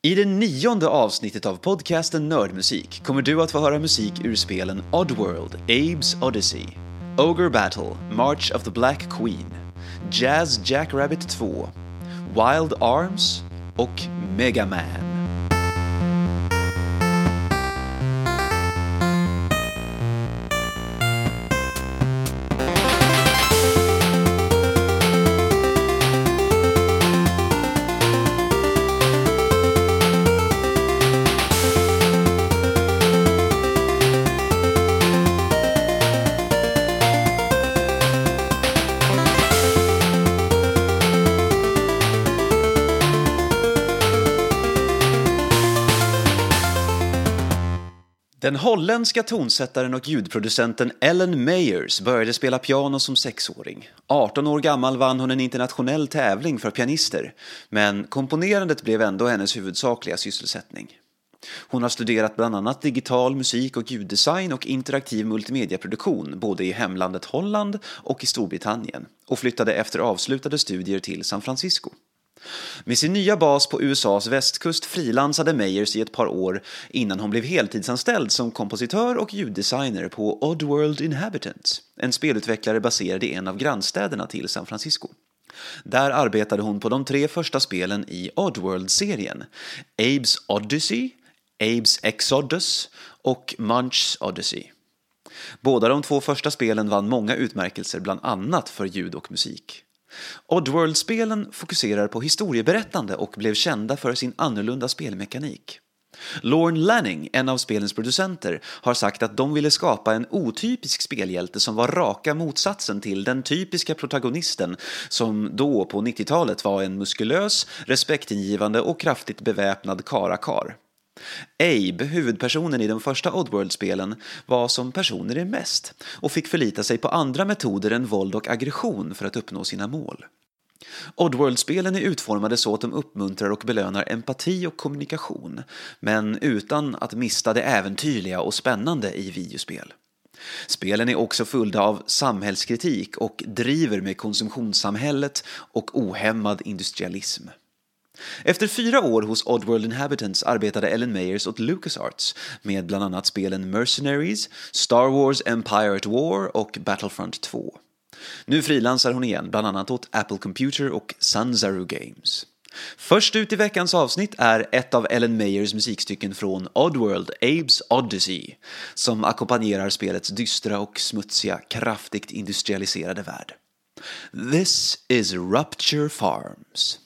I det 9:e avsnittet av podcasten Nördmusik kommer du att få höra musik ur spelen Oddworld, Abe's Odyssey, Ogre Battle, March of the Black Queen, Jazz Jackrabbit 2, Wild Arms och Mega Man. Den holländska tonsättaren och ljudproducenten Ellen Meyers började spela piano som 6-åring. 18 år gammal vann hon en internationell tävling för pianister, men komponerandet blev ändå hennes huvudsakliga sysselsättning. Hon har studerat bland annat digital musik- och ljuddesign och interaktiv multimediaproduktion både i hemlandet Holland och i Storbritannien och flyttade efter avslutade studier till San Francisco. Med sin nya bas på USAs västkust frilansade Meyers i ett par år innan hon blev heltidsanställd som kompositör och ljuddesigner på Oddworld Inhabitants, en spelutvecklare baserad i en av grannstäderna till San Francisco. Där arbetade hon på de 3 första spelen i Oddworld-serien, Abe's Odyssey, Abe's Exodus och Munch's Odyssey. Båda de 2 första spelen vann många utmärkelser bland annat för ljud och musik. Oddworld-spelen fokuserar på historieberättande och blev kända för sin annorlunda spelmekanik. Lorne Lanning, en av spelens producenter, har sagt att de ville skapa en otypisk spelhjälte som var raka motsatsen till den typiska protagonisten som då på 90-talet var en muskulös, respektingivande och kraftigt beväpnad karakar. Abe, huvudpersonen i de första Oddworld-spelen, var som personer är mest och fick förlita sig på andra metoder än våld och aggression för att uppnå sina mål. Oddworld-spelen är utformade så att de uppmuntrar och belönar empati och kommunikation, men utan att mista det äventyrliga och spännande i videospel. Spelen är också fulla av samhällskritik och driver med konsumtionssamhället och ohämmad industrialism. Efter 4 år hos Oddworld Inhabitants arbetade Ellen Meyers åt LucasArts med bland annat spelen Mercenaries, Star Wars Empire at War och Battlefront 2. Nu frilansar hon igen bland annat åt Apple Computer och Sanzaru Games. Först ut i veckans avsnitt är ett av Ellen Meyers musikstycken från Oddworld, Abe's Odyssey, som ackompanjerar spelets dystra och smutsiga, kraftigt industrialiserade värld. This is Rupture Farms.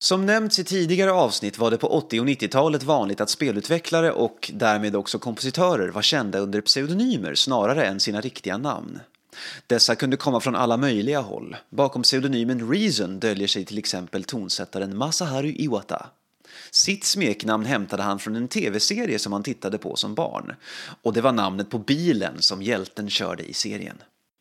Som nämnts i tidigare avsnitt var det på 80- och 90-talet vanligt att spelutvecklare och därmed också kompositörer var kända under pseudonymer snarare än sina riktiga namn. Dessa kunde komma från alla möjliga håll. Bakom pseudonymen Reason döljer sig till exempel tonsättaren Masaharu Iwata. Sitt smeknamn hämtade han från en tv-serie som han tittade på som barn, och det var namnet på bilen som hjälten körde i serien.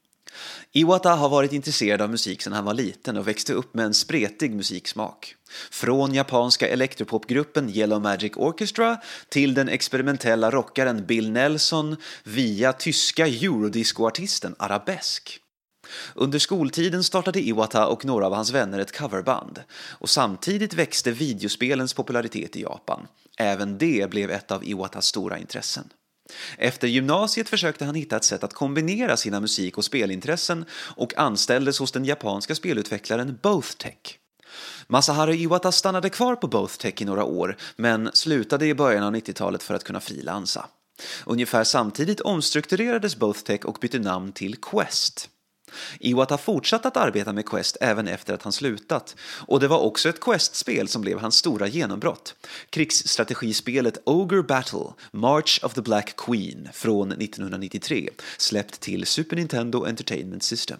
Iwata har varit intresserad av musik sedan han var liten och växte upp med en spretig musiksmak. Från japanska elektropopgruppen Yellow Magic Orchestra till den experimentella rockaren Bill Nelson via tyska eurodisco-artisten Arabesk. Under skoltiden startade Iwata och några av hans vänner ett coverband, och samtidigt växte videospelens popularitet i Japan. Även det blev ett av Iwatas stora intressen. Efter gymnasiet försökte han hitta ett sätt att kombinera sina musik- och spelintressen och anställdes hos den japanska spelutvecklaren Both-Tech. Masaharu Iwata stannade kvar på Both-Tech i några år, men slutade i början av 90-talet för att kunna frilansa. Ungefär samtidigt omstrukturerades Both-Tech och bytte namn till Quest. Iwata fortsatte att arbeta med Quest även efter att han slutat, och det var också ett Quest-spel som blev hans stora genombrott. Krigsstrategispelet Ogre Battle, March of the Black Queen från 1993, släppt till Super Nintendo Entertainment System.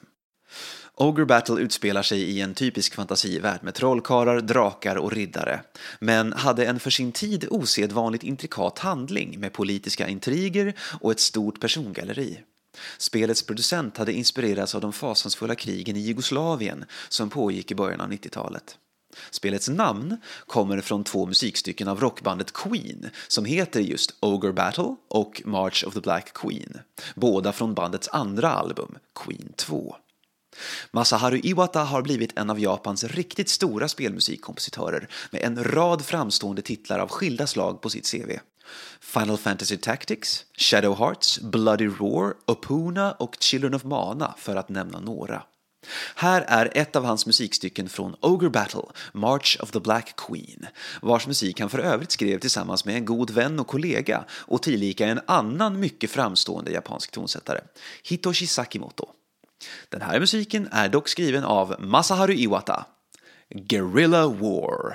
Ogre Battle utspelar sig i en typisk fantasivärld med trollkarlar, drakar och riddare, men hade en för sin tid osedvanligt intrikat handling med politiska intriger och ett stort persongalleri. Spelets producent hade inspirerats av de fasansfulla krigen i Jugoslavien som pågick i början av 90-talet. Spelets namn kommer från 2 musikstycken av rockbandet Queen som heter just Ogre Battle och March of the Black Queen, båda från bandets andra album, Queen 2. Masaharu Iwata har blivit en av Japans riktigt stora spelmusikkompositörer med en rad framstående titlar av skilda slag på sitt CV. Final Fantasy Tactics, Shadow Hearts, Bloody Roar, Opuna och Children of Mana för att nämna några. Här är ett av hans musikstycken från Ogre Battle, March of the Black Queen, vars musik han för övrigt skrev tillsammans med en god vän och kollega och tillika en annan mycket framstående japansk tonsättare, Hitoshi Sakimoto. Den här musiken är dock skriven av Masaharu Iwata. Guerrilla War.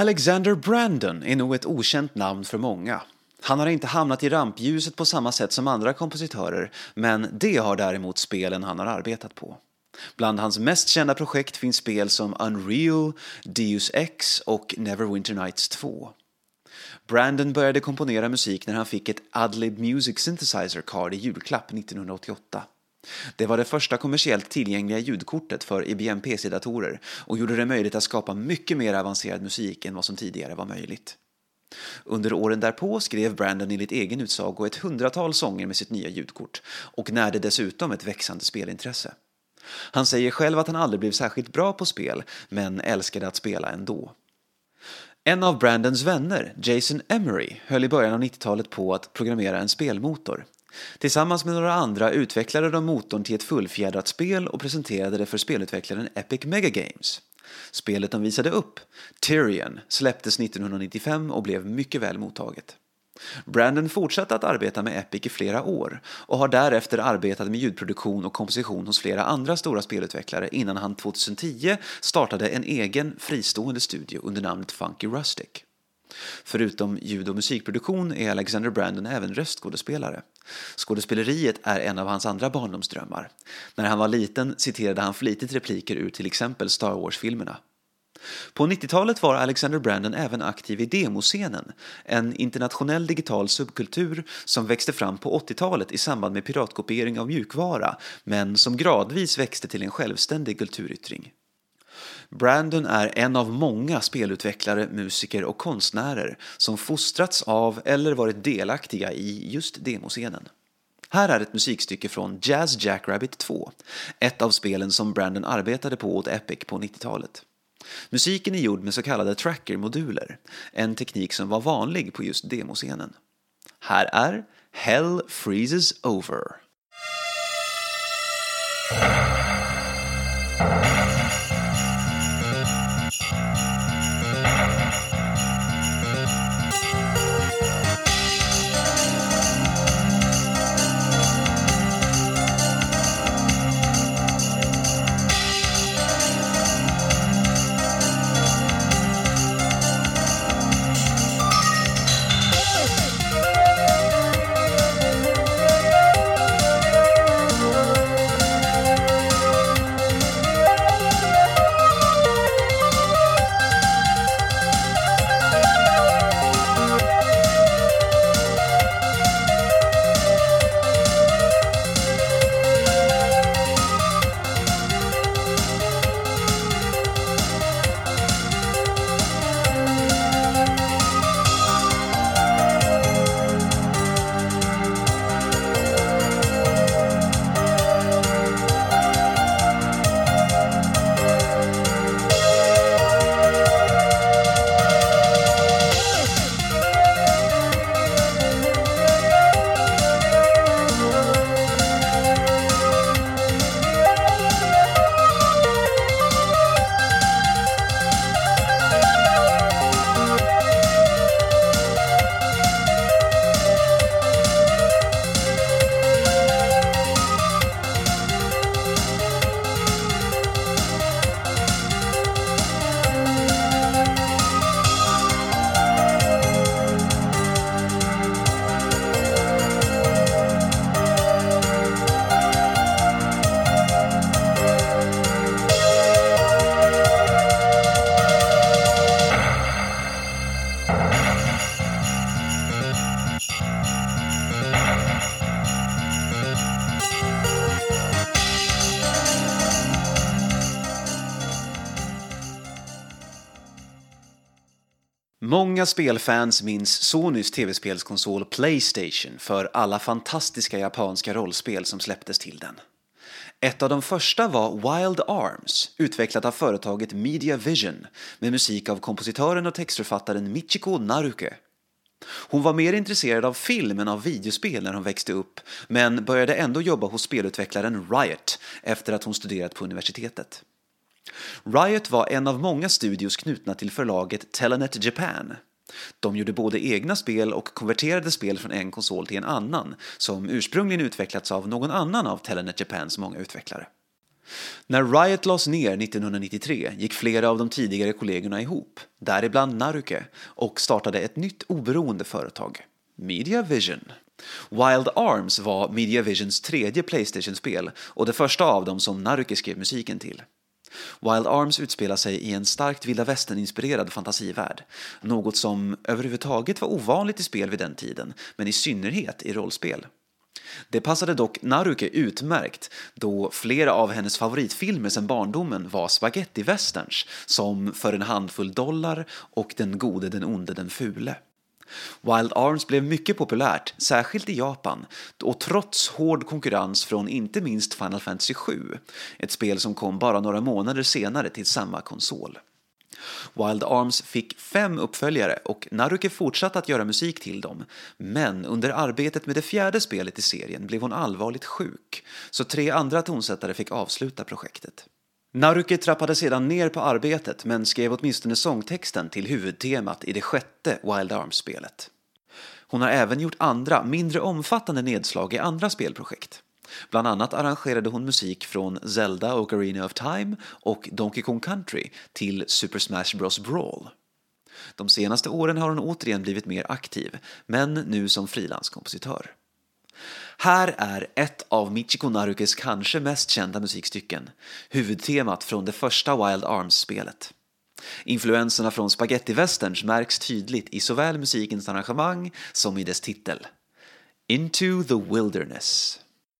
Alexander Brandon är nog ett okänt namn för många. Han har inte hamnat i rampljuset på samma sätt som andra kompositörer, men det har däremot spelen han har arbetat på. Bland hans mest kända projekt finns spel som Unreal, Deus Ex och Neverwinter Nights 2. Brandon började komponera musik när han fick ett Adlib Music Synthesizer Card i julklapp 1988. Det var det första kommersiellt tillgängliga ljudkortet för IBM PC-datorer och gjorde det möjligt att skapa mycket mer avancerad musik än vad som tidigare var möjligt. Under åren därpå skrev Brandon enligt egen utsago ett 100-tal sånger med sitt nya ljudkort och närde dessutom ett växande spelintresse. Han säger själv att han aldrig blev särskilt bra på spel, men älskade att spela ändå. En av Brandons vänner, Jason Emery, höll i början av 90-talet på att programmera en spelmotor. Tillsammans med några andra utvecklade de motorn till ett fullfjädrat spel och presenterade det för spelutvecklaren Epic Mega Games. Spelet de visade upp, Tyrion, släpptes 1995 och blev mycket väl mottaget. Brandon fortsatte att arbeta med Epic i flera år och har därefter arbetat med ljudproduktion och komposition hos flera andra stora spelutvecklare innan han 2010 startade en egen fristående studio under namnet Funky Rustic. Förutom ljud- och musikproduktion är Alexander Brandon även röstskådespelare. Skådespeleriet är en av hans andra barndomsdrömmar. När han var liten citerade han flitigt repliker ur till exempel Star Wars-filmerna. På 90-talet var Alexander Brandon även aktiv i demoscenen, en internationell digital subkultur som växte fram på 80-talet i samband med piratkopiering av mjukvara, men som gradvis växte till en självständig kulturyttring. Brandon är en av många spelutvecklare, musiker och konstnärer som fostrats av eller varit delaktiga i just demoscenen. Här är ett musikstycke från Jazz Jackrabbit 2, ett av spelen som Brandon arbetade på åt Epic på 90-talet. Musiken är gjord med så kallade tracker-moduler, en teknik som var vanlig på just demoscenen. Här är Hell Freezes Over. Många spelfans minns Sonys tv-spelskonsol PlayStation för alla fantastiska japanska rollspel som släpptes till den. Ett av de första var Wild Arms, utvecklat av företaget Media Vision, med musik av kompositören och textförfattaren Michiko Naruke. Hon var mer intresserad av film än av videospel när hon växte upp, men började ändå jobba hos spelutvecklaren Riot efter att hon studerat på universitetet. Riot var en av många studios knutna till förlaget Telenet Japan. De gjorde både egna spel och konverterade spel från en konsol till en annan, som ursprungligen utvecklats av någon annan av Telenet Japans många utvecklare. När Riot lades ner 1993 gick flera av de tidigare kollegorna ihop, däribland Naruke, och startade ett nytt oberoende företag, Mediavision. Wild Arms var Mediavisions tredje PlayStation-spel och det första av dem som Naruke skrev musiken till. Wild Arms utspelar sig i en starkt vilda västern-inspirerad fantasivärld, något som överhuvudtaget var ovanligt i spel vid den tiden, men i synnerhet i rollspel. Det passade dock Naruke utmärkt då flera av hennes favoritfilmer sedan barndomen var spaghetti-westerns som För en handfull dollar och Den gode, den onde, den fule. Wild Arms blev mycket populärt, särskilt i Japan, och trots hård konkurrens från inte minst Final Fantasy 7, ett spel som kom bara några månader senare till samma konsol. Wild Arms fick 5 uppföljare och Naruke fortsatte att göra musik till dem, men under arbetet med det 4:e spelet i serien blev hon allvarligt sjuk, så 3 andra tonsättare fick avsluta projektet. Naruke trappade sedan ner på arbetet men skrev åtminstone sångtexten till huvudtemat i det 6:e Wild Arms-spelet. Hon har även gjort andra, mindre omfattande nedslag i andra spelprojekt. Bland annat arrangerade hon musik från Zelda Ocarina of Time och Donkey Kong Country till Super Smash Bros. Brawl. De senaste åren har hon återigen blivit mer aktiv, men nu som frilanskompositör. Här är ett av Michiko Narukes kanske mest kända musikstycken, huvudtemat från det första Wild Arms-spelet. Influenserna från spaghetti-westerns märks tydligt i såväl musikens arrangemang som i dess titel. Into the Wilderness.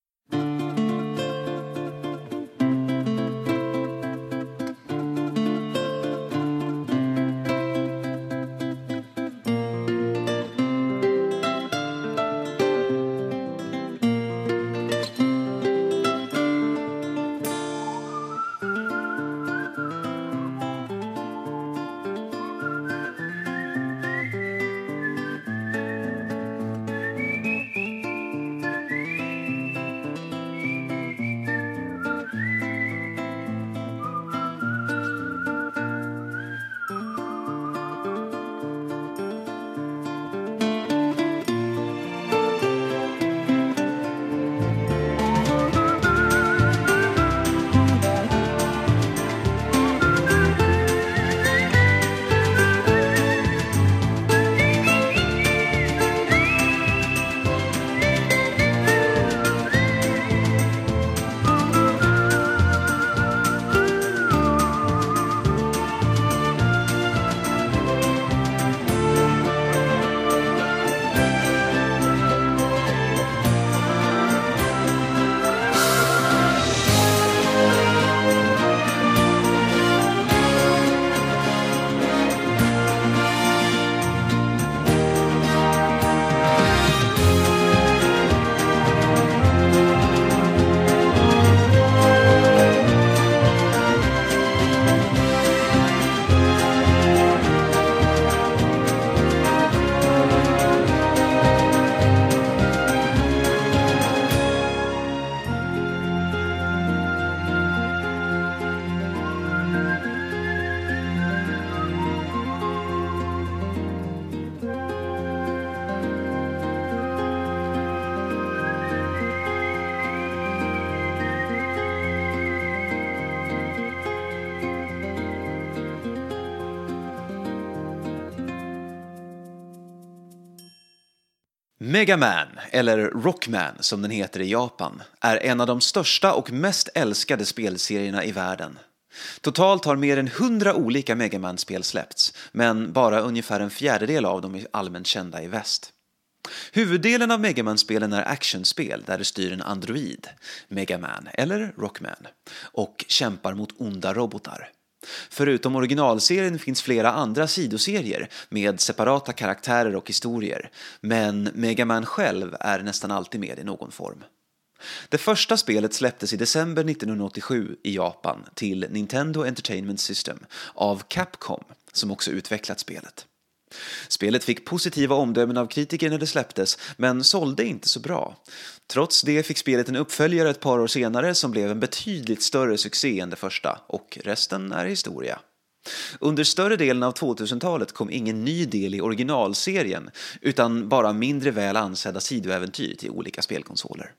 Mega Man, eller Rockman som den heter i Japan, är en av de största och mest älskade spelserierna i världen. Totalt har mer än 100 olika Mega Man-spel släppts, men bara ungefär en fjärdedel av dem är allmänt kända i väst. Huvuddelen av Mega Man-spelen är actionspel där du styr en android, Mega Man eller Rockman, och kämpar mot onda robotar. Förutom originalserien finns flera andra sidoserier med separata karaktärer och historier, men Mega Man själv är nästan alltid med i någon form. Det första spelet släpptes i december 1987 i Japan till Nintendo Entertainment System av Capcom, som också utvecklat spelet. Spelet fick positiva omdömen av kritiker när det släpptes, men sålde inte så bra. Trots det fick spelet en uppföljare ett par år senare som blev en betydligt större succé än det första, och resten är historia. Under större delen av 2000-talet kom ingen ny del i originalserien, utan bara mindre väl ansedda sidoäventyr till olika spelkonsoler.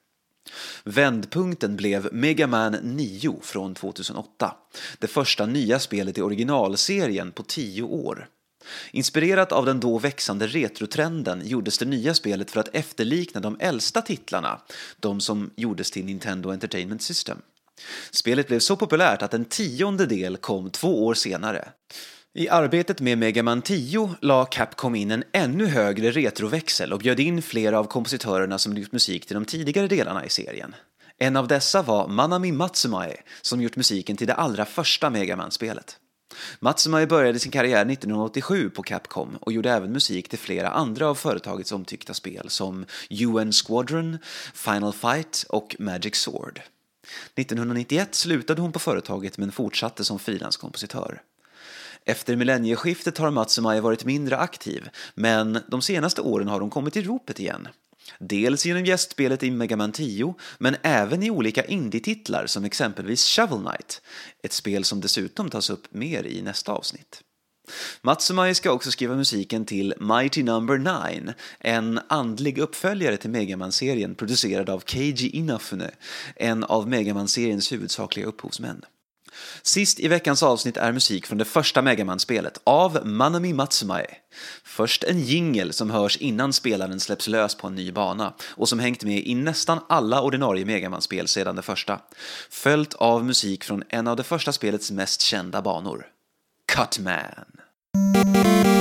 Vändpunkten blev Mega Man 9 från 2008, det första nya spelet i originalserien på 10 år. Inspirerat av den då växande retrotrenden gjordes det nya spelet för att efterlikna de äldsta titlarna, de som gjordes till Nintendo Entertainment System. Spelet blev så populärt att en 10:e del kom 2 år senare. I arbetet med Mega Man 10 la Capcom in en ännu högre retroväxel och bjöd in flera av kompositörerna som gjort musik till de tidigare delarna i serien. En av dessa var Manami Matsumae, som gjort musiken till det allra första Mega Man-spelet. Matsumae började sin karriär 1987 på Capcom och gjorde även musik till flera andra av företagets omtyckta spel som UN Squadron, Final Fight och Magic Sword. 1991 slutade hon på företaget men fortsatte som frilanskompositör. Efter millennieskiftet har Matsumae varit mindre aktiv, men de senaste åren har hon kommit i ropet igen. Dels genom gästspelet i Mega Man 10, men även i olika indie-titlar som exempelvis Shovel Knight, ett spel som dessutom tas upp mer i nästa avsnitt. Matsumae ska också skriva musiken till Mighty Number 9, en andlig uppföljare till Mega Man-serien producerad av Keiji Inafune, en av Mega Man-seriens huvudsakliga upphovsmän. Sist i veckans avsnitt är musik från det första Mega Man-spelet av Manami Matsumae. Först en jingle som hörs innan spelaren släpps lös på en ny bana och som hängt med i nästan alla ordinarie Mega Man-spel sedan det första. Följt av musik från en av det första spelets mest kända banor. Cutman.